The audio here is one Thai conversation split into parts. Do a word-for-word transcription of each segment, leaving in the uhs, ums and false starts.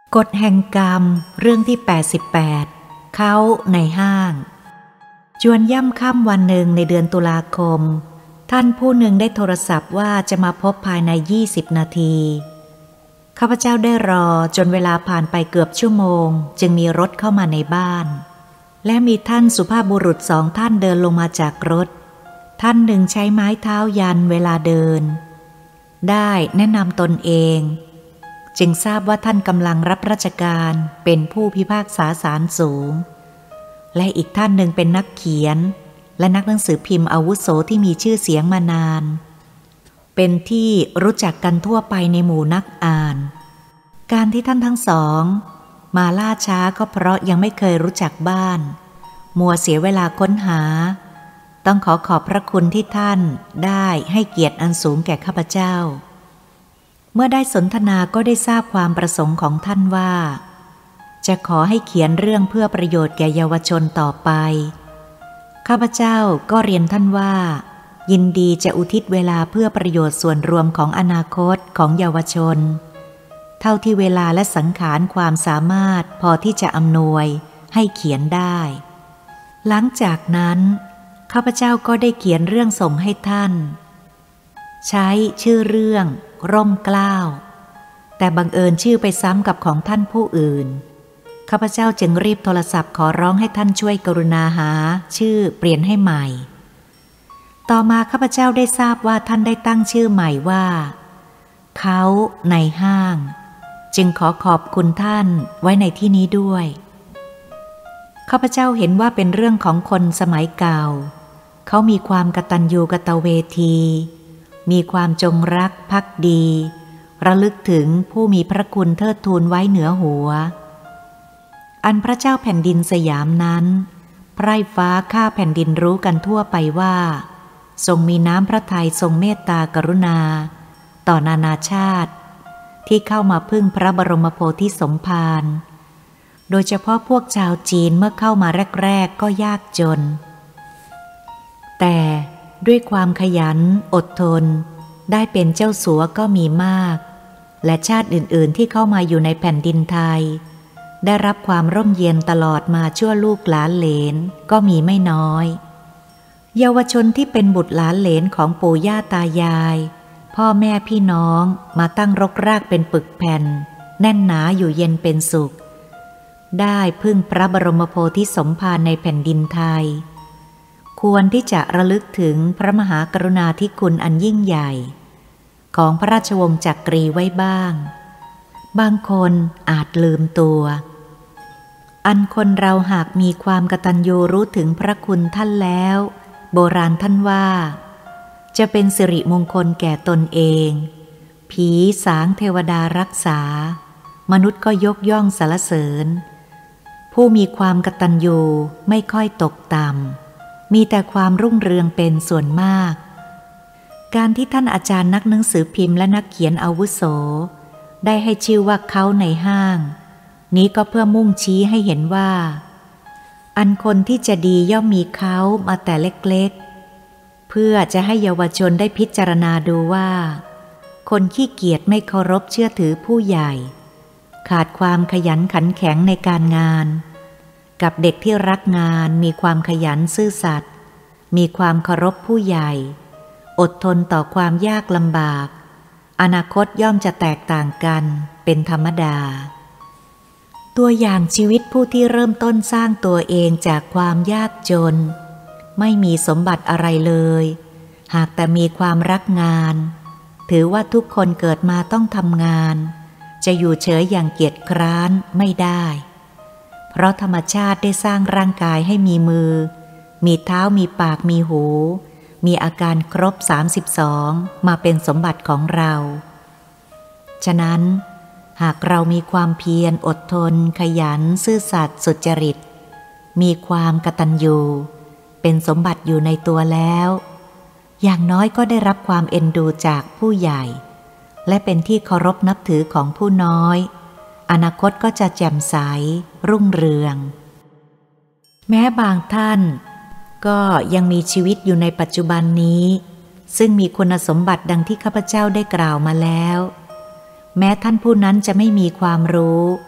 กฎแห่งกรรมเรื่องที่แปดสิบแปดเขาในห้างจวนย่ำค่ำวันหนึ่งในเดือนตุลาคมท่านผู้หนึ่งได้โทรศัพท์ว่าจะมาพบภายในยี่สิบนาทีข้าพเจ้าได้รอจนเวลาผ่านไปเกือบชั่วโมงจึงมีรถเข้ามาในบ้านและมีท่านสุภาพบุรุษสองท่านเดินลงมาจากรถท่านหนึ่งใช้ไม้เท้ายันเวลาเดินได้แนะนำตนเองจึงทราบว่าท่านกำลังรับราชการเป็นผู้พิพากษาศาลสูงและอีกท่านหนึ่งเป็นนักเขียนและนักหนังสือพิมพ์อาวุโสที่มีชื่อเสียงมานานเป็นที่รู้จักกันทั่วไปในหมู่นักอ่านการที่ท่านทั้งสองมาล่าช้าก็เพราะยังไม่เคยรู้จักบ้านมัวเสียเวลาค้นหาต้องขอขอบพระคุณที่ท่านได้ให้เกียรติอันสูงแก่ข้าพเจ้าเมื่อได้สนทนาก็ได้ทราบความประสงค์ของท่านว่าจะขอให้เขียนเรื่องเพื่อประโยชน์แก่เยาวชนต่อไปข้าพเจ้าก็เรียนท่านว่ายินดีจะอุทิศเวลาเพื่อประโยชน์ส่วนรวมของอนาคตของเยาวชนเท่าที่เวลาและสังขารความสามารถพอที่จะอำนวยให้เขียนได้หลังจากนั้นข้าพเจ้าก็ได้เขียนเรื่องส่งให้ท่านใช้ชื่อเรื่องร่มเกล้าแต่บังเอิญชื่อไปซ้ำกับของท่านผู้อื่นข้าพเจ้าจึงรีบโทรศัพท์ขอร้องให้ท่านช่วยกรุณาหาชื่อเปลี่ยนให้ใหม่ต่อมาข้าพเจ้าได้ทราบว่าท่านได้ตั้งชื่อใหม่ว่าเขาในห้างจึงขอขอบคุณท่านไว้ในที่นี้ด้วยข้าพเจ้าเห็นว่าเป็นเรื่องของคนสมัยเก่าเขามีความกตัญญูกตเวทีมีความจงรักภักดีระลึกถึงผู้มีพระคุณเทิดทูนไว้เหนือหัวอันพระเจ้าแผ่นดินสยามนั้นไพร่ฟ้าข้าแผ่นดินรู้กันทั่วไปว่าทรงมีน้ำพระทัยทรงเมตตากรุณาต่อนานาชาติที่เข้ามาพึ่งพระบรมโพธิสมภารโดยเฉพาะพวกชาวจีนเมื่อเข้ามาแรกๆก็ยากจนแต่ด้วยความขยันอดทนได้เป็นเจ้าสัวก็มีมากและชาติอื่นๆที่เข้ามาอยู่ในแผ่นดินไทยได้รับความร่มเย็นตลอดมาชั่วลูกหลานเหลนก็มีไม่น้อยเยาวชนที่เป็นบุตรหลานเหลนของปู่ย่าตายายพ่อแม่พี่น้องมาตั้งรกรากเป็นปึกแผ่นแน่นหนาอยู่เย็นเป็นสุขได้พึ่งพระบรมโพธิสมภารในแผ่นดินไทยควรที่จะระลึกถึงพระมหากรุณาธิคุณอันยิ่งใหญ่ของพระราชวงศ์จักรีไว้บ้างบางคนอาจลืมตัวอันคนเราหากมีความกตัญญูรู้ถึงพระคุณท่านแล้วโบราณท่านว่าจะเป็นสิริมงคลแก่ตนเองผีสางเทวดารักษามนุษย์ก็ยกย่องสรรเสริญผู้มีความกตัญญูไม่ค่อยตกต่ำมีแต่ความรุ่งเรืองเป็นส่วนมากการที่ท่านอาจารย์นักหนังสือพิมพ์และนักเขียนอาวุโสได้ให้ชื่อว่าเขาในห้างนี้ก็เพื่อมุ่งชี้ให้เห็นว่าอันคนที่จะดีย่อมมีเขามาแต่เล็กๆเพื่อจะให้เยาวชนได้พิจารณาดูว่าคนขี้เกียจไม่เคารพเชื่อถือผู้ใหญ่ขาดความขยันขันแข็งในการงานกับเด็กที่รักงานมีความขยันซื่อสัตย์มีความเคารพผู้ใหญ่อดทนต่อความยากลำบากอนาคตย่อมจะแตกต่างกันเป็นธรรมดาตัวอย่างชีวิตผู้ที่เริ่มต้นสร้างตัวเองจากความยากจนไม่มีสมบัติอะไรเลยหากแต่มีความรักงานถือว่าทุกคนเกิดมาต้องทำงานจะอยู่เฉยอย่างเกียจคร้านไม่ได้เพราะธรรมชาติได้สร้างร่างกายให้มีมือมีเท้ามีปากมีหูมีอาการครบสามสิบสองมาเป็นสมบัติของเราฉะนั้นหากเรามีความเพียรอดทนขยันซื่อสัตย์สุจริตมีความกตัญญูเป็นสมบัติอยู่ในตัวแล้วอย่างน้อยก็ได้รับความเอ็นดูจากผู้ใหญ่และเป็นที่เคารพนับถือของผู้น้อยอนาคตก็จะแจ่มใสรุ่งเรืองแม้บางท่านก็ยังมีชีวิตอยู่ในปัจจุบันนี้ซึ่งมีคุณสมบัติดังที่ข้าพเจ้าได้กล่าวมาแล้วแม้ท่านผู้นั้นจะไม่มีความรู้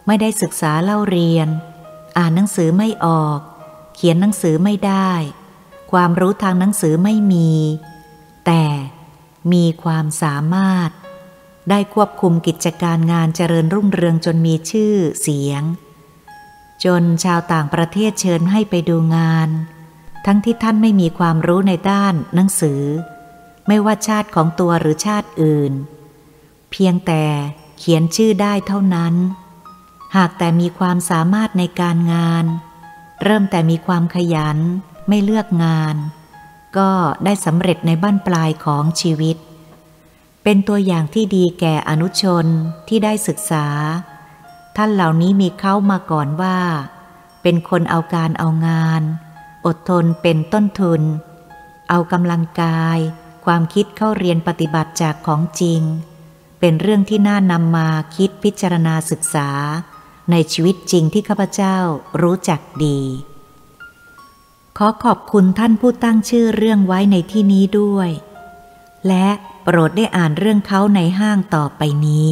ไม่ได้ศึกษาเล่าเรียนอ่านหนังสือไม่ออกเขียนหนังสือไม่ได้ความรู้ทางหนังสือไม่มีแต่มีความสามารถได้ควบคุมกิจการงานเจริญรุ่งเรืองจนมีชื่อเสียงจนชาวต่างประเทศเชิญให้ไปดูงานทั้งที่ท่านไม่มีความรู้ในด้านหนังสือไม่ว่าชาติของตัวหรือชาติอื่นเพียงแต่เขียนชื่อได้เท่านั้นหากแต่มีความสามารถในการงานเริ่มแต่มีความขยันไม่เลือกงานก็ได้สำเร็จในบั้นปลายของชีวิตเป็นตัวอย่างที่ดีแก่อนุชนที่ได้ศึกษาท่านเหล่านี้มีเข้ามาก่อนว่าเป็นคนเอาการเอางานอดทนเป็นต้นทุนเอากำลังกายความคิดเข้าเรียนปฏิบัติจากของจริงเป็นเรื่องที่น่านำมาคิดพิจารณาศึกษาในชีวิตจริงที่ข้าพเจ้ารู้จักดีขอขอบคุณท่านผู้ตั้งชื่อเรื่องไว้ในที่นี้ด้วยและโปรดได้อ่านเรื่องเขาในห้างต่อไปนี้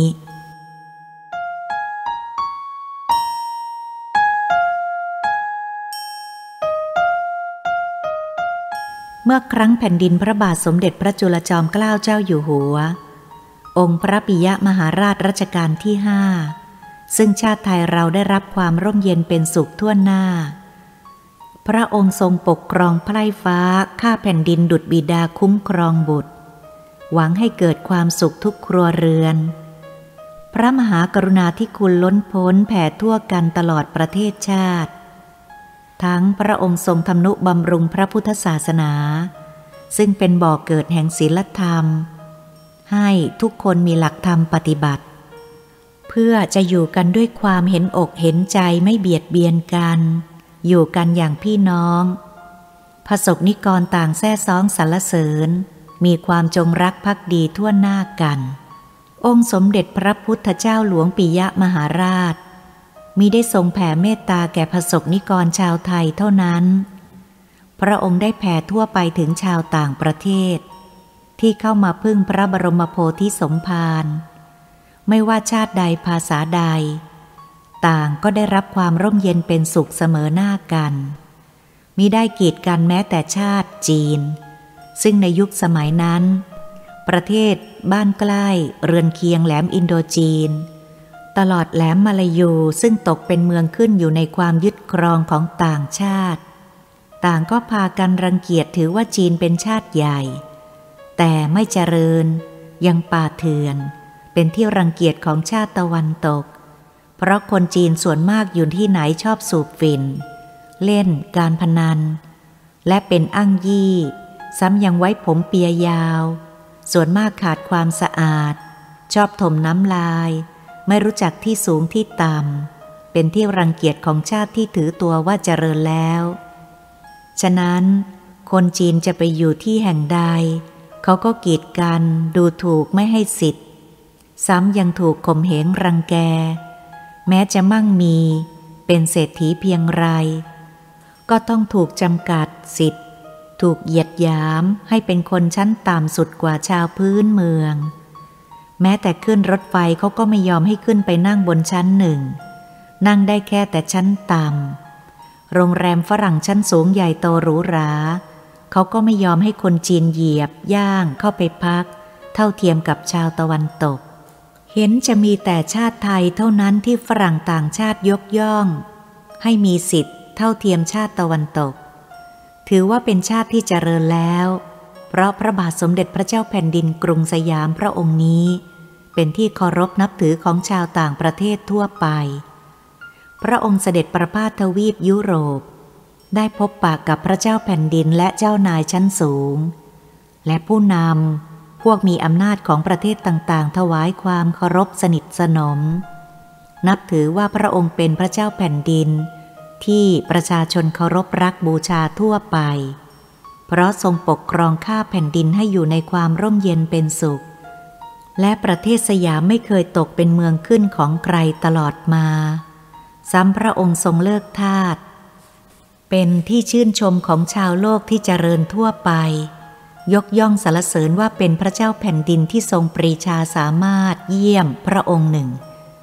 เมื่อครั้งแผ่นดินพระบาทสมเด็จพระจุลจอมเกล้าเจ้าอยู่หัวองค์พระปิยมหาราชรัชกาลที่ห้าซึ่งชาติไทยเราได้รับความร่มเย็นเป็นสุขทั่วหน้าพระองค์ทรงปกครองไพร่ฟ้าข้าแผ่นดินดุจบิดาคุ้มครองบุตรหวังให้เกิดความสุขทุกครัวเรือนพระมหากรุณาธิคุณล้นพ้นแผ่ทั่วกันตลอดประเทศชาติทั้งพระองค์ทรงทำนุบำรุงพระพุทธศาสนาซึ่งเป็นบ่อเกิดแห่งศีลธรรมให้ทุกคนมีหลักธรรมปฏิบัติเพื่อจะอยู่กันด้วยความเห็นอกเห็นใจไม่เบียดเบียนกันอยู่กันอย่างพี่น้องพระสงฆ์นิกรต่างแซ่ซ้องสรรเสริญมีความจงรักภักดีทั่วหน้ากันองค์สมเด็จพระพุทธเจ้าหลวงปิยมหาราชมิได้ทรงแผ่เมตตาแก่พระสงฆ์นิกรชาวไทยเท่านั้นพระองค์ได้แผ่ทั่วไปถึงชาวต่างประเทศที่เข้ามาพึ่งพระบรมโพธิสมภารไม่ว่าชาติใดภาษาใดต่างก็ได้รับความร่มเย็นเป็นสุขเสมอหน้ากันมิได้กีดกันแม้แต่ชาติจีนซึ่งในยุคสมัยนั้นประเทศบ้านใกล้เรือนเคียงแหลมอินโดจีนตลอดแหลมมาลายูซึ่งตกเป็นเมืองขึ้นอยู่ในความยึดครองของต่างชาติต่างก็พากันรังเกียจถือว่าจีนเป็นชาติใหญ่แต่ไม่เจริญยังป่าเถื่อนเป็นที่รังเกียจของชาติตะวันตกเพราะคนจีนส่วนมากอยู่ที่ไหนชอบสูบฝิ่นเล่นการพนันและเป็นอ้างยี่ซ้ำยังไว้ผมเปียยาวส่วนมากขาดความสะอาดชอบถมน้ำลายไม่รู้จักที่สูงที่ต่ำเป็นที่รังเกียจของชาติที่ถือตัวว่าเจริญแล้วฉะนั้นคนจีนจะไปอยู่ที่แห่งใดเขาก็กีดกันดูถูกไม่ให้สิทธิ์ซ้ำยังถูกข่มเหงรังแกแม้จะมั่งมีเป็นเศรษฐีเพียงไรก็ต้องถูกจำกัดสิทธิ์ถูกเหยียดหยามให้เป็นคนชั้นต่ำสุดกว่าชาวพื้นเมืองแม้แต่ขึ้นรถไฟเขาก็ไม่ยอมให้ขึ้นไปนั่งบนชั้นหนึ่งนั่งได้แค่แต่ชั้นต่ำโรงแรมฝรั่งชั้นสูงใหญ่โตหรูหราเขาก็ไม่ยอมให้คนจีนเหยียบย่างเข้าไปพักเท่าเทียมกับชาวตะวันตกเห็นจะมีแต่ชาติไทยเท่านั้นที่ฝรั่งต่างชาติยกย่องให้มีสิทธิ์เท่าเทียมชาติตะวันตกถือว่าเป็นชาติที่เจริญแล้วเพราะพระบาทสมเด็จพระเจ้าแผ่นดินกรุงสยามพระองค์นี้เป็นที่เคารพนับถือของชาวต่างประเทศทั่วไปพระองค์เสด็จประพาสทวีปยุโรปได้พบปะกับพระเจ้าแผ่นดินและเจ้านายชั้นสูงและผู้นำพวกมีอำนาจของประเทศต่างๆถวายความเคารพสนิทสนมนับถือว่าพระองค์เป็นพระเจ้าแผ่นดินที่ประชาชนเคารพรักบูชาทั่วไปเพราะทรงปกครองข้าแผ่นดินให้อยู่ในความร่มเย็นเป็นสุขและประเทศสยามไม่เคยตกเป็นเมืองขึ้นของใครตลอดมาซ้ำพระองค์ทรงเลิกทาสเป็นที่ชื่นชมของชาวโลกที่เจริญทั่วไปยกย่องสรรเสริญว่าเป็นพระเจ้าแผ่นดินที่ทรงปรีชาสามารถเยี่ยมพระองค์หนึ่ง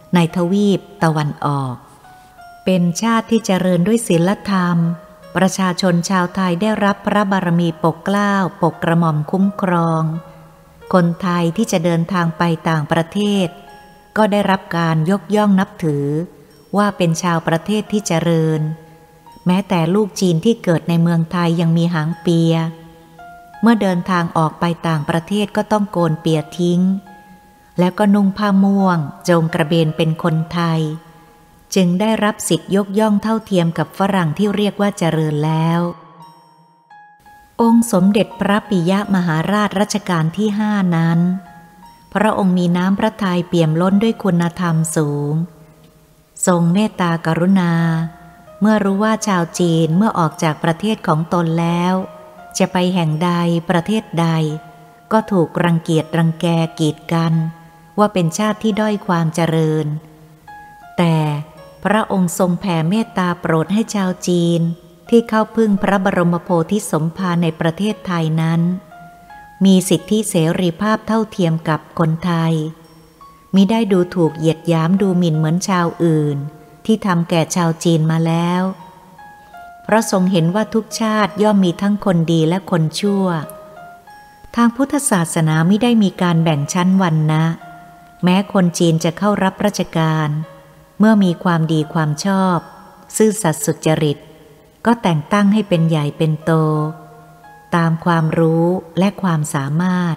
ในทวีปตะวันออกเป็นชาติที่เจริญด้วยศีลธรรมประชาชนชาวไทยได้รับพระบารมีปกเกล้าปกกระหม่อมคุ้มครองคนไทยที่จะเดินทางไปต่างประเทศก็ได้รับการยกย่องนับถือว่าเป็นชาวประเทศที่เจริญแม้แต่ลูกจีนที่เกิดในเมืองไทยยังมีหางเปียเมื่อเดินทางออกไปต่างประเทศก็ต้องโกนเปียทิ้งแล้วก็นุ่งผ้าม่วงโจงกระเบนเป็นคนไทยจึงได้รับสิทธิยกย่องเท่าเทียมกับฝรั่งที่เรียกว่าเจริญแล้วองค์สมเด็จพระปิยมหาราชรัชกาลที่ห้านั้นพระองค์มีน้ำพระทัยเปี่ยมล้นด้วยคุณธรรมสูงทรงเมตตากรุณาเมื่อรู้ว่าชาวจีนเมื่อออกจากประเทศของตนแล้วจะไปแห่งใดประเทศใดก็ถูกรังเกียจรังแกกีดกันว่าเป็นชาติที่ด้อยความเจริญแต่พระองค์ทรงแผ่เมตตาโปรดให้ชาวจีนที่เข้าพึ่งพระบรมโพธิสมภารในประเทศไทยนั้นมีสิทธิเสรีภาพเท่าเทียมกับคนไทยมิได้ดูถูกเหยียดหยามดูหมิ่นเหมือนชาวอื่นที่ทำแก่ชาวจีนมาแล้วเพราะทรงเห็นว่าทุกชาติย่อมมีทั้งคนดีและคนชั่วทางพุทธศาสนาไม่ได้มีการแบ่งชั้นวรรณะแม้คนจีนจะเข้ารับราชการเมื่อมีความดีความชอบซื่อสัตย์สุจริตก็แต่งตั้งให้เป็นใหญ่เป็นโตตามความรู้และความสามารถ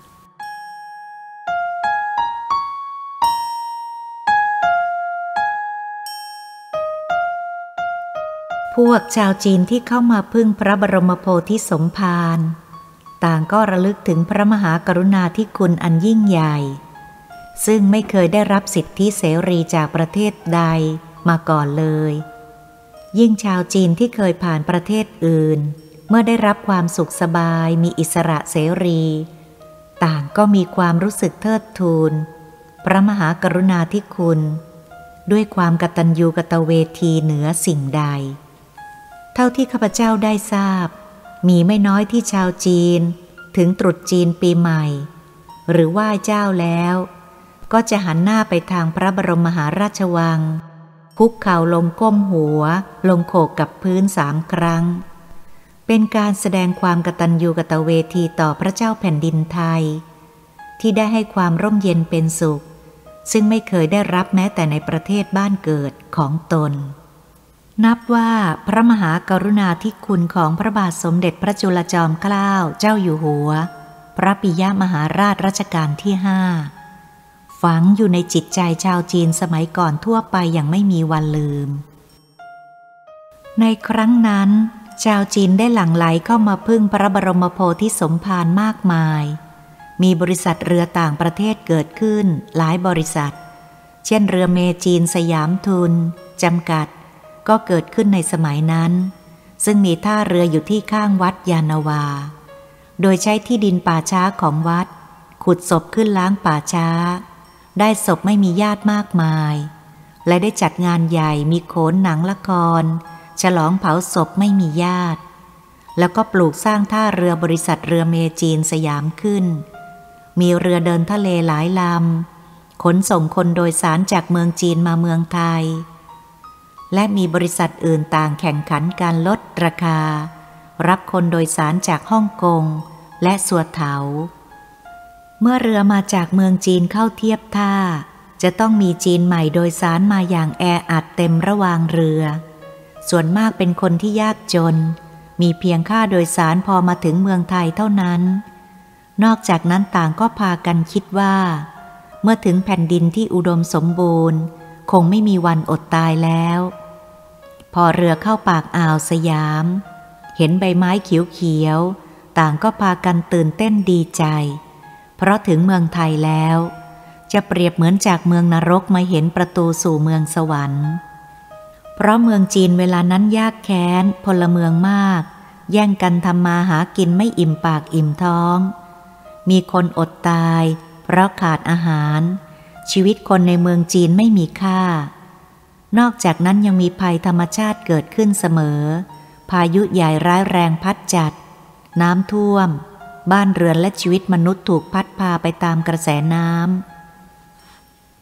พวกชาวจีนที่เข้ามาพึ่งพระบรมโพธิสมภารต่างก็ระลึกถึงพระมหากรุณาธิคุณอันยิ่งใหญ่ซึ่งไม่เคยได้รับสิทธิเสรีจากประเทศใดมาก่อนเลยยิ่งชาวจีนที่เคยผ่านประเทศอื่นเมื่อได้รับความสุขสบายมีอิสระเสรีต่างก็มีความรู้สึกเทิดทูนพระมหากรุณาธิคุณด้วยความกตัญญูกตเวทีเหนือสิ่งใดเท่าที่ข้าพเจ้าได้ทราบมีไม่น้อยที่ชาวจีนถึงตรุษจีนปีใหม่หรือไหว้เจ้าแล้วก็จะหันหน้าไปทางพระบรมมหาราชวังคุกเข่าลงก้มหัวลงโขกกับพื้นสามครั้งเป็นการแสดงความกตัญญูกตเวทีต่อพระเจ้าแผ่นดินไทยที่ได้ให้ความร่มเย็นเป็นสุขซึ่งไม่เคยได้รับแม้แต่ในประเทศบ้านเกิดของตนนับว่าพระมหากรุณาธิคุณของพระบาทสมเด็จพระจุลจอมเกล้าเจ้าอยู่หัวพระปิยมหาราชรัชกาลที่ห้าฝังอยู่ในจิตใจชาวจีนสมัยก่อนทั่วไปอย่างไม่มีวันลืมในครั้งนั้นชาวจีนได้หลั่งไหลเข้ามาพึ่งพระบรมโพธิสมภารมากมายมีบริษัทเรือต่างประเทศเกิดขึ้นหลายบริษัทเช่นเรือเมจีนสยามทุนจำกัดก็เกิดขึ้นในสมัยนั้นซึ่งมีท่าเรืออยู่ที่ข้างวัดยานนาวาโดยใช้ที่ดินป่าช้าของวัดขุดศพขึ้นล้างป่าช้าได้ศพไม่มีญาติมากมายและได้จัดงานใหญ่มีโขนหนังละครฉลองเผาศพไม่มีญาติแล้วก็ปลูกสร้างท่าเรือบริษัทเรือเมจีนสยามขึ้นมีเรือเดินทะเลหลายลำขนส่งคนโดยสารจากเมืองจีนมาเมืองไทยและมีบริษัทอื่นต่างแข่งขันการลดราคารับคนโดยสารจากฮ่องกงและสัวเถาเมื่อเรือมาจากเมืองจีนเข้าเทียบท่าจะต้องมีจีนใหม่โดยสารมาอย่างแออัดเต็มระหว่างเรือส่วนมากเป็นคนที่ยากจนมีเพียงค่าโดยสารพอมาถึงเมืองไทยเท่านั้นนอกจากนั้นต่างก็พากันคิดว่าเมื่อถึงแผ่นดินที่อุดมสมบูรณ์คงไม่มีวันอดตายแล้วพอเรือเข้าปากอ่าวสยามเห็นใบไม้เขียวๆต่างก็พากันตื่นเต้นดีใจเพราะถึงเมืองไทยแล้วจะเปรียบเหมือนจากเมืองนรกมาเห็นประตูสู่เมืองสวรรค์เพราะเมืองจีนเวลานั้นยากแค้นพลเมืองมากแย่งกันทำมาหากินไม่อิ่มปากอิ่มท้องมีคนอดตายเพราะขาดอาหารชีวิตคนในเมืองจีนไม่มีค่านอกจากนั้นยังมีภัยธรรมชาติเกิดขึ้นเสมอพายุใหญ่ร้ายแรงพัดจัดน้ำท่วมบ้านเรือนและชีวิตมนุษย์ถูกพัดพาไปตามกระแสน้ำ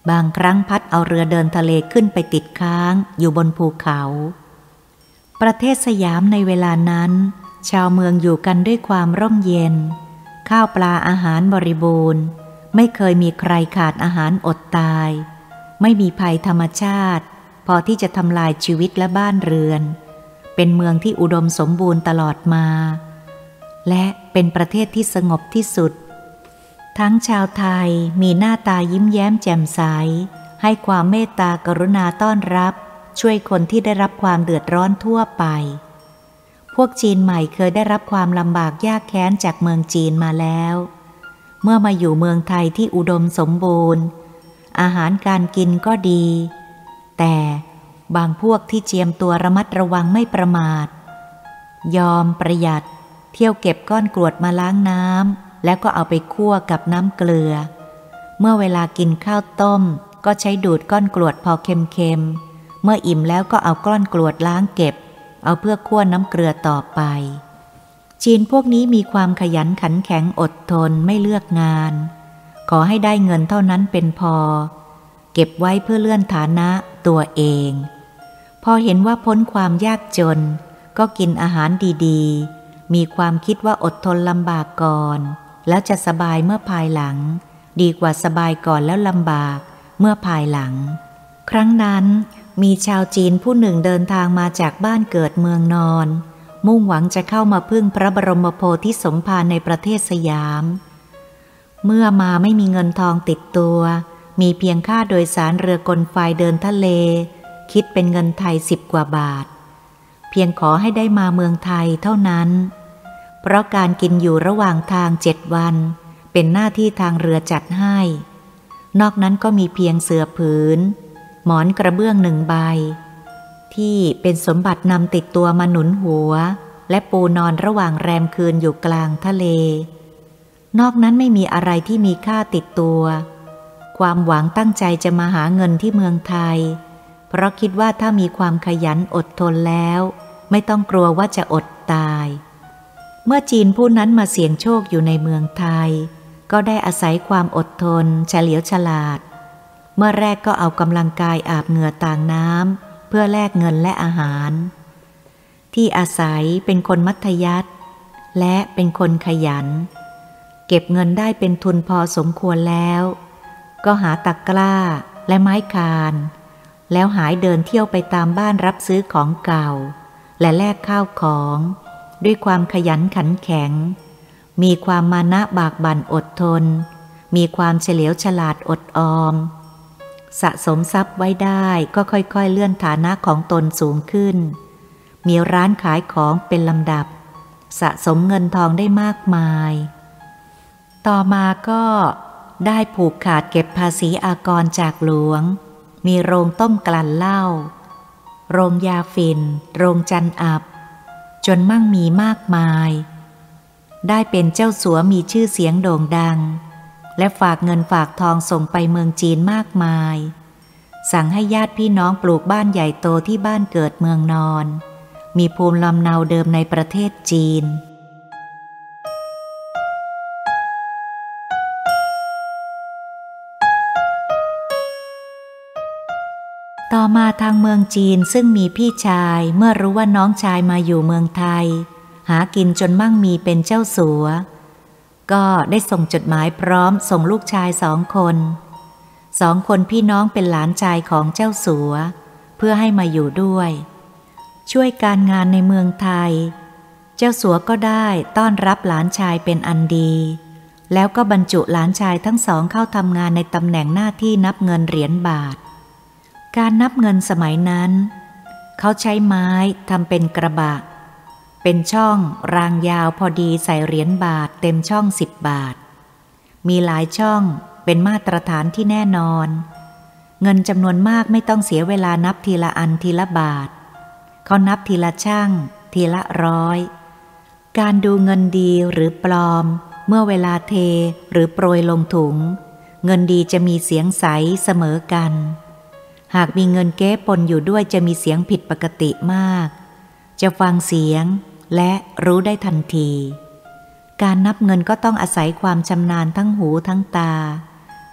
บางครั้งพัดเอาเรือเดินทะเลขึ้นไปติดค้างอยู่บนภูเขาประเทศสยามในเวลานั้นชาวเมืองอยู่กันด้วยความร่มเย็นข้าวปลาอาหารบริบูรณ์ไม่เคยมีใครขาดอาหารอดตายไม่มีภัยธรรมชาติพอที่จะทำลายชีวิตและบ้านเรือนเป็นเมืองที่อุดมสมบูรณ์ตลอดมาและเป็นประเทศที่สงบที่สุดทั้งชาวไทยมีหน้าตายิ้มแย้มแจ่มใสให้ความเมตตากรุณาต้อนรับช่วยคนที่ได้รับความเดือดร้อนทั่วไปพวกจีนใหม่เคยได้รับความลำบากยากแค้นจากเมืองจีนมาแล้วเมื่อมาอยู่เมืองไทยที่อุดมสมบูรณ์อาหารการกินก็ดีแต่บางพวกที่เจียมตัวระมัดระวังไม่ประมาทยอมประหยัดเที่ยวเก็บก้อนกรวดมาล้างน้ำแล้วก็เอาไปคั่วกับน้ำเกลือเมื่อเวลากินข้าวต้มก็ใช้ดูดก้อนกรวดพอเค็มๆเมื่ออิ่มแล้วก็เอาก้อนกรวดล้างเก็บเอาเพื่อคั่วน้ำเกลือต่อไปจีนพวกนี้มีความขยันขันแข็งอดทนไม่เลือกงานขอให้ได้เงินเท่านั้นเป็นพอเก็บไว้เพื่อเลื่อนฐานะตัวเองพอเห็นว่าพ้นความยากจนก็กินอาหารดีๆมีความคิดว่าอดทนลำบากก่อนแล้วจะสบายเมื่อภายหลังดีกว่าสบายก่อนแล้วลำบากเมื่อภายหลังครั้งนั้นมีชาวจีนผู้หนึ่งเดินทางมาจากบ้านเกิดเมืองนอนมุ่งหวังจะเข้ามาพึ่งพระบรมโพธิสมภารในประเทศสยามเมื่อมาไม่มีเงินทองติดตัวมีเพียงค่าโดยสารเรือกลไฟเดินทะเลคิดเป็นเงินไทยสิบกว่าบาทเพียงขอให้ได้มาเมืองไทยเท่านั้นเพราะการกินอยู่ระหว่างทางเจ็ดวันเป็นหน้าที่ทางเรือจัดให้นอกนั้นก็มีเพียงเสื่อผืนหมอนกระเบื้องหนึ่งใบที่เป็นสมบัตินำติดตัวมาหนุนหัวและปูนอนระหว่างแรมคืนอยู่กลางทะเลนอกนั้นไม่มีอะไรที่มีค่าติดตัวความหวังตั้งใจจะมาหาเงินที่เมืองไทยเพราะคิดว่าถ้ามีความขยันอดทนแล้วไม่ต้องกลัวว่าจะอดตายเมื่อจีนผู้นั้นมาเสี่ยงโชคอยู่ในเมืองไทยก็ได้อาศัยความอดทนเฉลียวฉลาดเมื่อแรกก็เอากำลังกายอาบเหงื่อต่างน้ำเพื่อแลกเงินและอาหารที่อาศัยเป็นคนมัธยัสถ์และเป็นคนขยันเก็บเงินได้เป็นทุนพอสมควรแล้วก็หาตะกร้าและไม้คานแล้วหายเดินเที่ยวไปตามบ้านรับซื้อของเก่าและแลกข้าวของด้วยความขยันขันแข็งมีความมานะบากบั่นอดทนมีความเฉลียวฉลาดอดออมสะสมทรัพย์ไว้ได้ก็ค่อยๆเลื่อนฐานะของตนสูงขึ้นมีร้านขายของเป็นลำดับสะสมเงินทองได้มากมายต่อมาก็ได้ผูกขาดเก็บภาษีอากรจากหลวงมีโรงต้มกลั่นเหล้าโรงยาฝิ่นโรงจันอับจนมั่งมีมากมายได้เป็นเจ้าสัวมีชื่อเสียงโด่งดังและฝากเงินฝากทองส่งไปเมืองจีนมากมายสั่งให้ญาติพี่น้องปลูกบ้านใหญ่โตที่บ้านเกิดเมืองนอนมีภูมิลำเนาเดิมในประเทศจีนต่อมาทางเมืองจีนซึ่งมีพี่ชายเมื่อรู้ว่าน้องชายมาอยู่เมืองไทยหากินจนมั่งมีเป็นเจ้าสัวก็ได้ส่งจดหมายพร้อมส่งลูกชายสองคนสองคนพี่น้องเป็นหลานชายของเจ้าสัวเพื่อให้มาอยู่ด้วยช่วยการงานในเมืองไทยเจ้าสัวก็ได้ต้อนรับหลานชายเป็นอันดีแล้วก็บรรจุหลานชายทั้งสองเข้าทำงานในตำแหน่งหน้าที่นับเงินเหรียญบาทการนับเงินสมัยนั้นเขาใช้ไม้ทำเป็นกระบะเป็นช่องรางยาวพอดีใส่เหรียญบาทเต็มช่องสิบบาทมีหลายช่องเป็นมาตรฐานที่แน่นอนเงินจำนวนมากไม่ต้องเสียเวลานับทีละอันทีละบาทเขานับทีละช่างทีละร้อยการดูเงินดีหรือปลอมเมื่อเวลาเทหรือโปรยลงถุงเงินดีจะมีเสียงใสเสมอกันหากมีเงินเก๊ปนอยู่ด้วยจะมีเสียงผิดปกติมากจะฟังเสียงและรู้ได้ทันทีการนับเงินก็ต้องอาศัยความชำนาญทั้งหูทั้งตา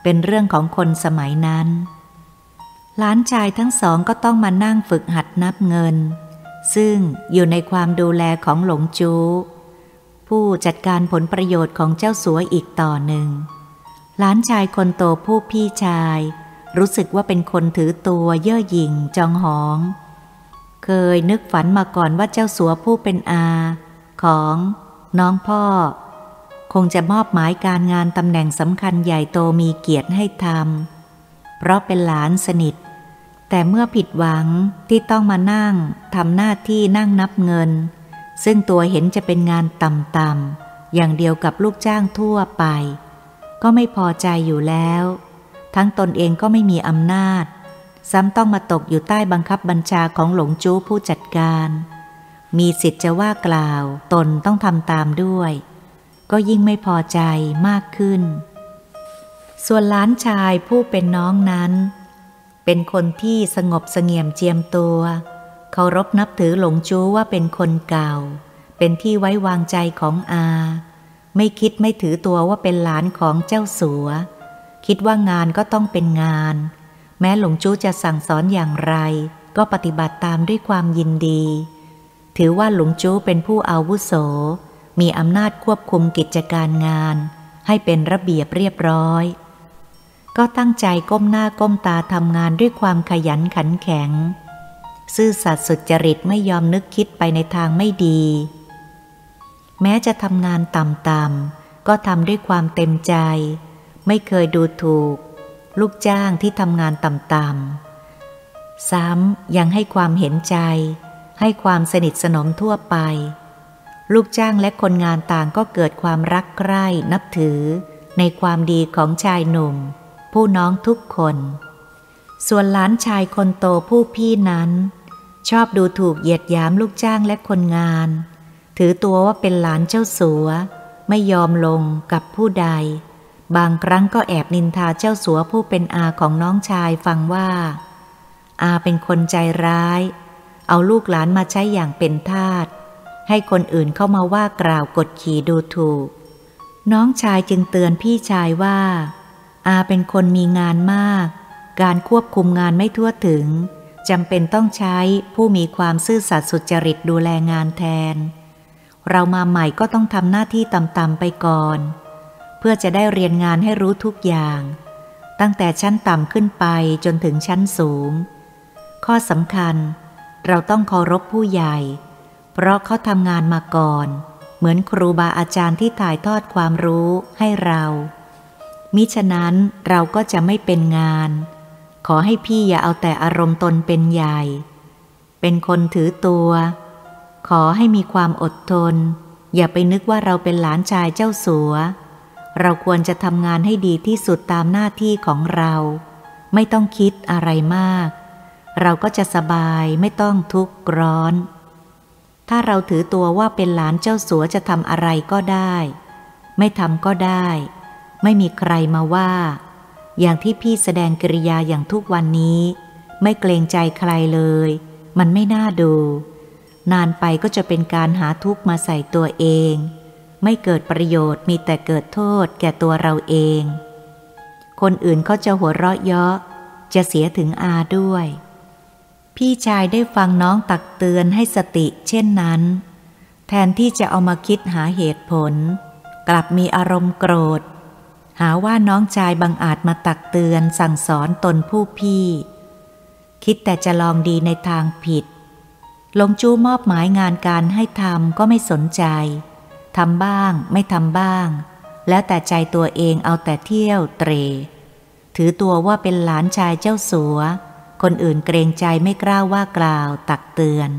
เป็นเรื่องของคนสมัยนั้นหลานชายทั้งสองก็ต้องมานั่งฝึกหัดนับเงินซึ่งอยู่ในความดูแลของหลงจู้ผู้จัดการผลประโยชน์ของเจ้าสัวอีกต่อหนึ่งหลานชายคนโตผู้พี่ชายรู้สึกว่าเป็นคนถือตัวเย่อหยิ่งจองหองเคยนึกฝันมาก่อนว่าเจ้าสัวผู้เป็นอาของน้องพ่อคงจะมอบหมายการงานตำแหน่งสำคัญใหญ่โตมีเกียรติให้ทำเพราะเป็นหลานสนิทแต่เมื่อผิดหวังที่ต้องมานั่งทำหน้าที่นั่งนับเงินซึ่งตัวเห็นจะเป็นงานต่ำๆอย่างเดียวกับลูกจ้างทั่วไปก็ไม่พอใจอยู่แล้วทั้งตนเองก็ไม่มีอำนาจซ้ำต้องมาตกอยู่ใต้บังคับบัญชาของหลงจู้ผู้จัดการมีสิทธิ์จะว่ากล่าวตนต้องทำตามด้วยก็ยิ่งไม่พอใจมากขึ้นส่วนหลานชายผู้เป็นน้องนั้นเป็นคนที่สงบเสงี่ยมเจียมตัวเคารพนับถือหลงจู้ว่าเป็นคนเก่าเป็นที่ไว้วางใจของอาไม่คิดไม่ถือตัวว่าเป็นหลานของเจ้าสัวคิดว่างานก็ต้องเป็นงานแม้หลงจู้จะสั่งสอนอย่างไรก็ปฏิบัติตามด้วยความยินดีถือว่าหลงจู้เป็นผู้อาวุโสมีอำนาจควบคุมกิจการงานให้เป็นระเบียบเรียบร้อยก็ตั้งใจก้มหน้าก้มตาทำงานด้วยความขยันขันแข็งซื่อสัตย์สุจริตไม่ยอมนึกคิดไปในทางไม่ดีแม้จะทำงานต่ำๆก็ทำด้วยความเต็มใจไม่เคยดูถูกลูกจ้างที่ทำงานต่ำๆซ้ำยังให้ความเห็นใจให้ความสนิทสนมทั่วไปลูกจ้างและคนงานต่างก็เกิดความรักใคร่นับถือในความดีของชายหนุ่มผู้น้องทุกคนส่วนหลานชายคนโตผู้พี่นั้นชอบดูถูกเหยียดหยามลูกจ้างและคนงานถือตัวว่าเป็นหลานเจ้าสัวไม่ยอมลงกับผู้ใดบางครั้งก็แอบนินทาเจ้าสัวผู้เป็นอาของน้องชายฟังว่าอาเป็นคนใจร้ายเอาลูกหลานมาใช้อย่างเป็นทาสให้คนอื่นเข้ามาว่ากล่าวกดขี่ดูถูกน้องชายจึงเตือนพี่ชายว่าอาเป็นคนมีงานมากการควบคุมงานไม่ทั่วถึงจำเป็นต้องใช้ผู้มีความซื่อสัตย์สุจริตดูแลงานแทนเรามาใหม่ก็ต้องทำหน้าที่ต่ำๆไปก่อนเพื่อจะได้เรียนงานให้รู้ทุกอย่างตั้งแต่ชั้นต่ำขึ้นไปจนถึงชั้นสูงข้อสำคัญเราต้องเคารพผู้ใหญ่เพราะเขาทำงานมาก่อนเหมือนครูบาอาจารย์ที่ถ่ายทอดความรู้ให้เรามิฉะนั้นเราก็จะไม่เป็นงานขอให้พี่อย่าเอาแต่อารมณ์ตนเป็นใหญ่เป็นคนถือตัวขอให้มีความอดทนอย่าไปนึกว่าเราเป็นหลานชายเจ้าสัวเราควรจะทำงานให้ดีที่สุดตามหน้าที่ของเราไม่ต้องคิดอะไรมากเราก็จะสบายไม่ต้องทุกข์ร้อนถ้าเราถือตัวว่าเป็นหลานเจ้าสัวจะทำอะไรก็ได้ไม่ทำก็ได้ไม่มีใครมาว่าอย่างที่พี่แสดงกิริยาอย่างทุกวันนี้ไม่เกรงใจใครเลยมันไม่น่าดูนานไปก็จะเป็นการหาทุกข์มาใส่ตัวเองไม่เกิดประโยชน์มีแต่เกิดโทษแก่ตัวเราเองคนอื่นเขาจะหัวเราะเยาะจะเสียถึงอาด้วยพี่ชายได้ฟังน้องตักเตือนให้สติเช่นนั้นแทนที่จะเอามาคิดหาเหตุผลกลับมีอารมณ์โกรธหาว่าน้องชายบังอาจมาตักเตือนสั่งสอนตนผู้พี่คิดแต่จะลองดีในทางผิดหลงจู้มอบหมายงานการให้ทำก็ไม่สนใจทำบ้างไม่ทำบ้างแล้วแต่ใจตัวเองเอาแต่เที่ยวเตร่ถือตัวว่าเป็นหลานชายเจ้าสัวคนอื่นเกรงใจไม่กล้าว่ากล่าวตักเตือน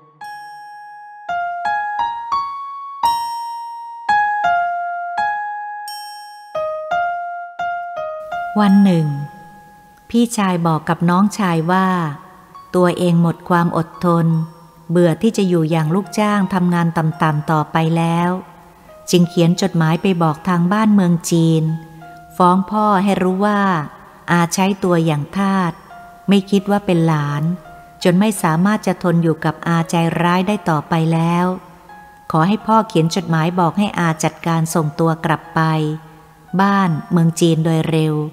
วันหนึ่งพี่ชายบอกกับน้องชายว่าตัวเองหมดความอดทนเบื่อที่จะอยู่อย่างลูกจ้างทำงานต่ำๆต่อไปแล้วจึงเขียนจดหมายไปบอกทางบ้านเมืองจีนฟ้องพ่อให้รู้ว่าอาใช้ตัวอย่างทาสไม่คิดว่าเป็นหลานจนไม่สามารถจะทนอยู่กับอาใจร้ายได้ต่อไปแล้วขอให้พ่อเขียนจดหมายบอกให้อาจัดการส่งตัวกลับไปบ้านเมืองจีนโดยเร็ว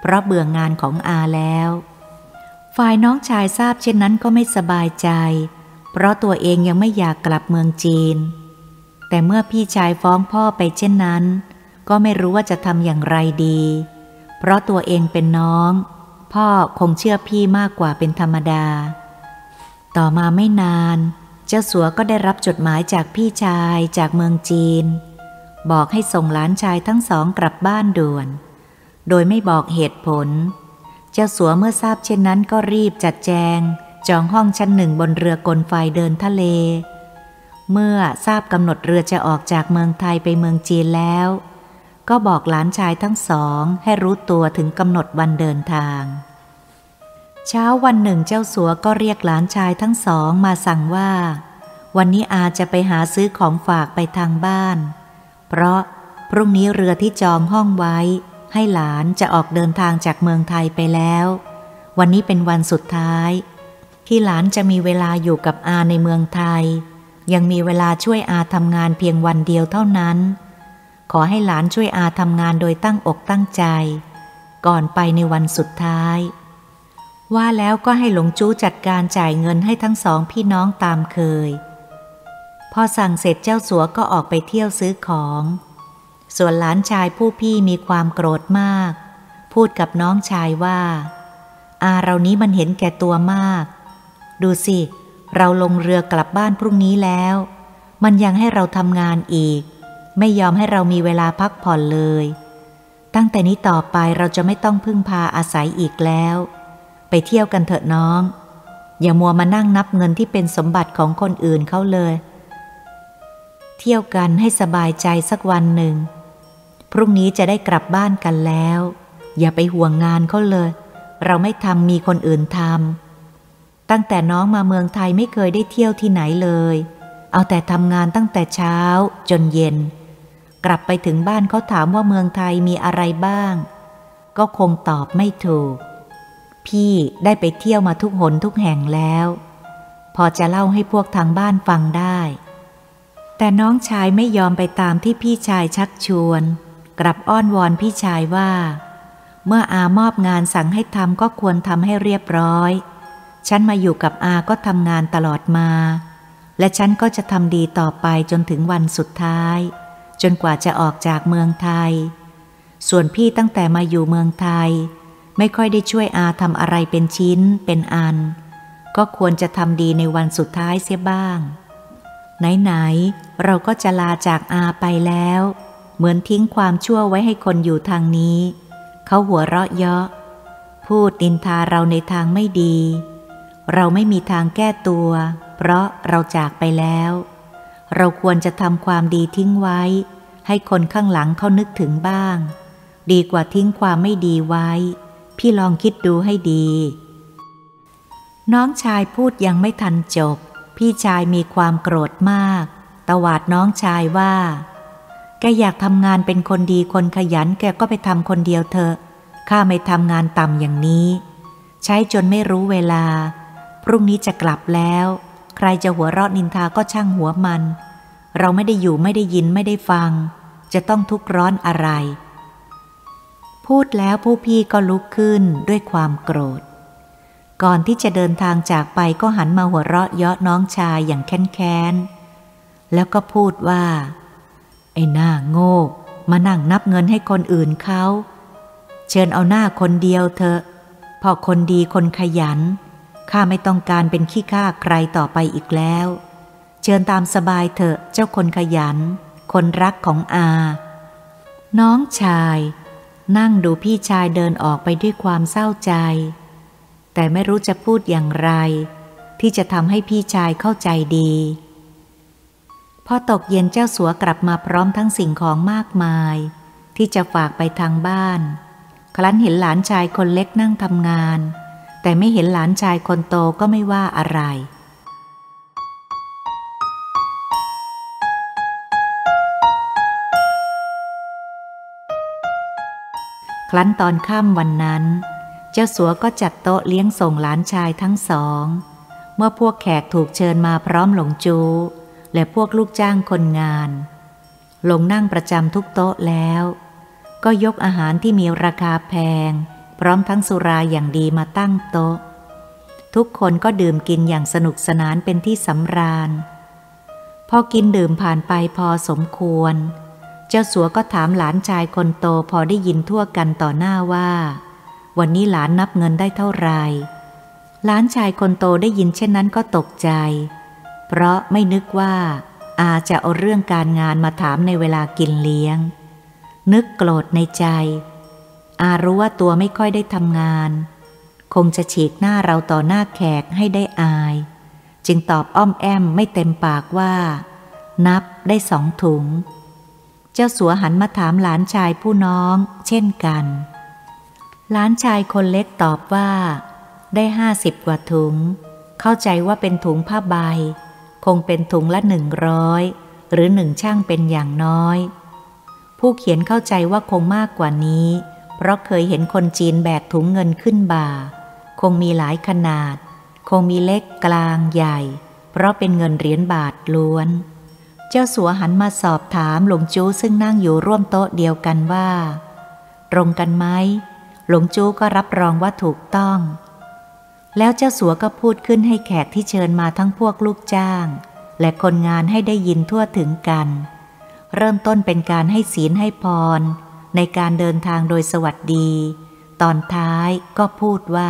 เพราะเบื่องานของอาแล้วฝ่ายน้องชายทราบเช่นนั้นก็ไม่สบายใจเพราะตัวเองยังไม่อยากกลับเมืองจีนแต่เมื่อพี่ชายฟ้องพ่อไปเช่นนั้นก็ไม่รู้ว่าจะทำอย่างไรดีเพราะตัวเองเป็นน้องพ่อคงเชื่อพี่มากกว่าเป็นธรรมดาต่อมาไม่นานเจ้าสัวก็ได้รับจดหมายจากพี่ชายจากเมืองจีนบอกให้ส่งหลานชายทั้งสองกลับบ้านด่วนโดยไม่บอกเหตุผลเจ้าสัวเมื่อทราบเช่นนั้นก็รีบจัดแจงจองห้องชั้นหนึ่งบนเรือกลไฟเดินทะเลเมื่อทราบกำหนดเรือจะออกจากเมืองไทยไปเมืองจีนแล้วก็บอกหลานชายทั้งสองให้รู้ตัวถึงกำหนดวันเดินทางเช้าวันหนึ่งเจ้าสัวก็เรียกหลานชายทั้งสองมาสั่งว่าวันนี้อาจะไปหาซื้อของฝากไปทางบ้านเพราะพรุ่งนี้เรือที่จองห้องไว้ให้หลานจะออกเดินทางจากเมืองไทยไปแล้ววันนี้เป็นวันสุดท้ายที่หลานจะมีเวลาอยู่กับอาในเมืองไทยยังมีเวลาช่วยอาทำงานเพียงวันเดียวเท่านั้นขอให้หลานช่วยอาทำงานโดยตั้งอกตั้งใจก่อนไปในวันสุดท้ายว่าแล้วก็ให้หลงจู้จัดการจ่ายเงินให้ทั้งสองพี่น้องตามเคยพอสั่งเสร็จเจ้าสัวก็ออกไปเที่ยวซื้อของส่วนหลานชายผู้พี่มีความโกรธมากพูดกับน้องชายว่าอาเรานี้มันเห็นแก่ตัวมากดูสิเราลงเรือกลับบ้านพรุ่งนี้แล้วมันยังให้เราทำงานอีกไม่ยอมให้เรามีเวลาพักผ่อนเลยตั้งแต่นี้ต่อไปเราจะไม่ต้องพึ่งพาอาศัยอีกแล้วไปเที่ยวกันเถอะน้องอย่ามัวมานั่งนับเงินที่เป็นสมบัติของคนอื่นเขาเลยเที่ยวกันให้สบายใจสักวันหนึ่งพรุ่งนี้จะได้กลับบ้านกันแล้วอย่าไปห่วงงานเขาเลยเราไม่ทำมีคนอื่นทำตั้งแต่น้องมาเมืองไทยไม่เคยได้เที่ยวที่ไหนเลยเอาแต่ทำงานตั้งแต่เช้าจนเย็นกลับไปถึงบ้านเขาถามว่าเมืองไทยมีอะไรบ้างก็คงตอบไม่ถูกพี่ได้ไปเที่ยวมาทุกหนทุกแห่งแล้วพอจะเล่าให้พวกทางบ้านฟังได้แต่น้องชายไม่ยอมไปตามที่พี่ชายชักชวนกลับอ้อนวอนพี่ชายว่าเมื่ออามอบงานสั่งให้ทำก็ควรทำให้เรียบร้อยฉันมาอยู่กับอาก็ทำงานตลอดมาและฉันก็จะทำดีต่อไปจนถึงวันสุดท้ายจนกว่าจะออกจากเมืองไทยส่วนพี่ตั้งแต่มาอยู่เมืองไทยไม่ค่อยได้ช่วยอาทำอะไรเป็นชิ้นเป็นอันก็ควรจะทำดีในวันสุดท้ายเสียบ้างไหนๆเราก็จะลาจากอาไปแล้วเหมือนทิ้งความชั่วไว้ให้คนอยู่ทางนี้เขาหัวเราะเยาะพูดนินทาเราในทางไม่ดีเราไม่มีทางแก้ตัวเพราะเราจากไปแล้วเราควรจะทำความดีทิ้งไว้ให้คนข้างหลังเขานึกถึงบ้างดีกว่าทิ้งความไม่ดีไว้พี่ลองคิดดูให้ดีน้องชายพูดยังไม่ทันจบพี่ชายมีความโกรธมากตวาดน้องชายว่าแกอยากทำงานเป็นคนดีคนขยันแกก็ไปทำคนเดียวเถอะข้าไม่ทำงานต่ำอย่างนี้ใช้จนไม่รู้เวลาพรุ่งนี้จะกลับแล้วใครจะหัวเราะนินทาก็ช่างหัวมันเราไม่ได้อยู่ไม่ได้ยินไม่ได้ฟังจะต้องทุกข์ร้อนอะไรพูดแล้วผู้พี่ก็ลุกขึ้นด้วยความโกรธก่อนที่จะเดินทางจากไปก็หันมาหัวเราะเยาะน้องชายอย่างแค้นๆแล้วก็พูดว่าไอ้หน้าโง่มานั่งนับเงินให้คนอื่นเขาเชิญเอาหน้าคนเดียวเถอะพอคนดีคนขยันข้าไม่ต้องการเป็นขี้ข้าใครต่อไปอีกแล้วเชิญตามสบายเถอะเจ้าคนขยันคนรักของอาน้องชายนั่งดูพี่ชายเดินออกไปด้วยความเศร้าใจแต่ไม่รู้จะพูดอย่างไรที่จะทำให้พี่ชายเข้าใจดีพอตกเย็นเจ้าสัวกลับมาพร้อมทั้งสิ่งของมากมายที่จะฝากไปทางบ้านครั้นเห็นหลานชายคนเล็กนั่งทำงานแต่ไม่เห็นหลานชายคนโตก็ไม่ว่าอะไรครั้นตอนค่ำวันนั้นเจ้าสัวก็จัดโต๊ะเลี้ยงส่งหลานชายทั้งสองเมื่อพวกแขกถูกเชิญมาพร้อมหลงจูและพวกลูกจ้างคนงานลงนั่งประจำทุกโต๊ะแล้วก็ยกอาหารที่มีราคาแพงพร้อมทั้งสุราอย่างดีมาตั้งโต๊ะทุกคนก็ดื่มกินอย่างสนุกสนานเป็นที่สำราญพอกินดื่มผ่านไปพอสมควรเจ้าสัวก็ถามหลานชายคนโตพอได้ยินทั่วกันต่อหน้าว่าวันนี้หลานนับเงินได้เท่าไหร่หลานชายคนโตได้ยินเช่นนั้นก็ตกใจเพราะไม่นึกว่าอาจะเอาเรื่องการงานมาถามในเวลากินเลี้ยงนึกโกรธในใจอารู้ว่าตัวไม่ค่อยได้ทำงานคงจะฉีกหน้าเราต่อหน้าแขกให้ได้อายจึงตอบอ้อมแอมไม่เต็มปากว่านับได้สองถุงเจ้าสัวหันมาถามหลานชายผู้น้องเช่นกันหลานชายคนเล็กตอบว่าได้ห้าสิบกว่าถุงเข้าใจว่าเป็นถุงผ้าใบคงเป็นถุงละหนึ่งร้อยหรือหนึ่งช่างเป็นอย่างน้อยผู้เขียนเข้าใจว่าคงมากกว่านี้เพราะเคยเห็นคนจีนแบกถุงเงินขึ้นบ่าคงมีหลายขนาดคงมีเล็กกลางใหญ่เพราะเป็นเงินเหรียญบาทล้วนเจ้าสัวหันมาสอบถามหลวงจู้ซึ่งนั่งอยู่ร่วมโต๊ะเดียวกันว่าตรงกันไหมหลวงจู้ก็รับรองว่าถูกต้องแล้วเจ้าสัวก็พูดขึ้นให้แขกที่เชิญมาทั้งพวกลูกจ้างและคนงานให้ได้ยินทั่วถึงกันเริ่มต้นเป็นการให้ศีลให้พรในการเดินทางโดยสวัสดีตอนท้ายก็พูดว่า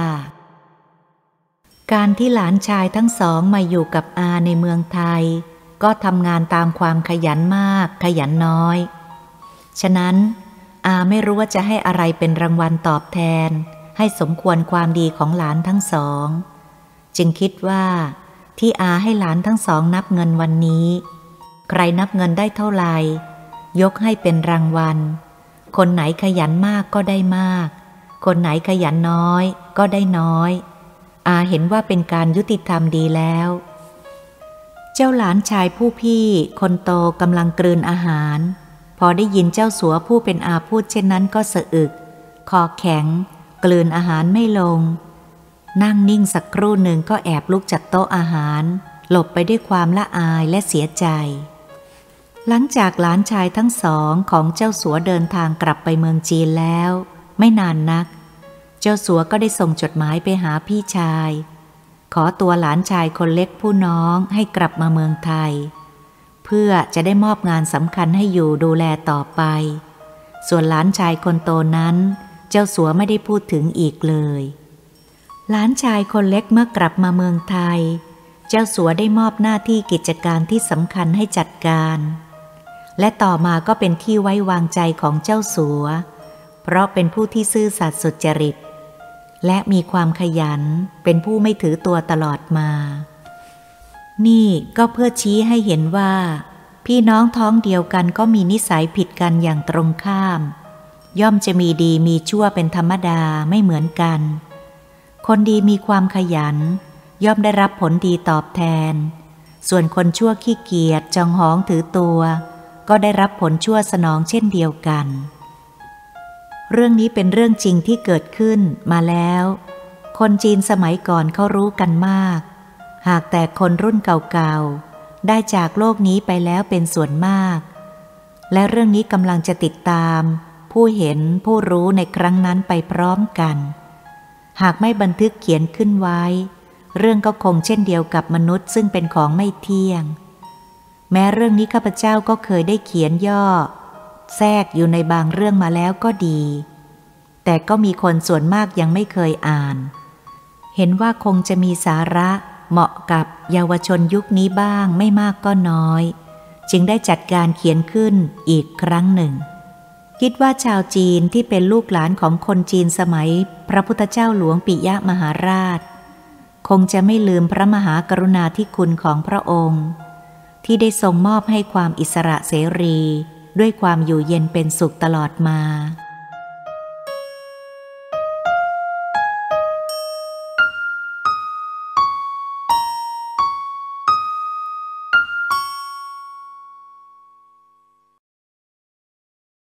การที่หลานชายทั้งสองมาอยู่กับอาในเมืองไทยก็ทำงานตามความขยันมากขยันน้อยฉะนั้นอาไม่รู้ว่าจะให้อะไรเป็นรางวัลตอบแทนให้สมควรความดีของหลานทั้งสองจึงคิดว่าที่อาให้หลานทั้งสองนับเงินวันนี้ใครนับเงินได้เท่าไหร่ยกให้เป็นรางวัลคนไหนขยันมากก็ได้มากคนไหนขยันน้อยก็ได้น้อยอาเห็นว่าเป็นการยุติธรรมดีแล้วเจ้าหลานชายผู้พี่คนโตกำลังกลืนอาหารพอได้ยินเจ้าสัวผู้เป็นอาพูดเช่นนั้นก็สะอึกคอแข็งกลืนอาหารไม่ลงนั่งนิ่งสักครู่หนึ่งก็แอบลุกจากโต๊ะอาหารหลบไปด้วยความละอายและเสียใจหลังจากหลานชายทั้งสองของเจ้าสัวเดินทางกลับไปเมืองจีนแล้วไม่นานนักเจ้าสัวก็ได้ส่งจดหมายไปหาพี่ชายขอตัวหลานชายคนเล็กผู้น้องให้กลับมาเมืองไทยเพื่อจะได้มอบงานสำคัญให้อยู่ดูแลต่อไปส่วนหลานชายคนโตนั้นเจ้าสัวไม่ได้พูดถึงอีกเลยหลานชายคนเล็กเมื่อกลับมาเมืองไทยเจ้าสัวได้มอบหน้าที่กิจการที่สำคัญให้จัดการและต่อมาก็เป็นที่ไว้วางใจของเจ้าสัวเพราะเป็นผู้ที่ซื่อสัตย์สุจริตและมีความขยันเป็นผู้ไม่ถือตัวตลอดมานี่ก็เพื่อชี้ให้เห็นว่าพี่น้องท้องเดียวกันก็มีนิสัยผิดกันอย่างตรงข้ามย่อมจะมีดีมีชั่วเป็นธรรมดาไม่เหมือนกันคนดีมีความขยันย่อมได้รับผลดีตอบแทนส่วนคนชั่วขี้เกียจจองหองถือตัวก็ได้รับผลชั่วสนองเช่นเดียวกันเรื่องนี้เป็นเรื่องจริงที่เกิดขึ้นมาแล้วคนจีนสมัยก่อนเขารู้กันมากหากแต่คนรุ่นเก่าๆได้จากโลกนี้ไปแล้วเป็นส่วนมากและเรื่องนี้กำลังจะติดตามผู้เห็นผู้รู้ในครั้งนั้นไปพร้อมกันหากไม่บันทึกเขียนขึ้นไว้เรื่องก็คงเช่นเดียวกับมนุษย์ซึ่งเป็นของไม่เที่ยงแม้เรื่องนี้ข้าพเจ้าก็เคยได้เขียนย่อแทรกอยู่ในบางเรื่องมาแล้วก็ดีแต่ก็มีคนส่วนมากยังไม่เคยอ่านเห็นว่าคงจะมีสาระเหมาะกับเยาวชนยุคนี้บ้างไม่มากก็น้อยจึงได้จัดการเขียนขึ้นอีกครั้งหนึ่งคิดว่าชาวจีนที่เป็นลูกหลานของคนจีนสมัยพระพุทธเจ้าหลวงปิยมหาราชคงจะไม่ลืมพระมหากรุณาธิคุณของพระองค์ที่ได้ทรงมอบให้ความอิสระเสรีด้วยความอยู่เย็นเป็นสุขตลอดมา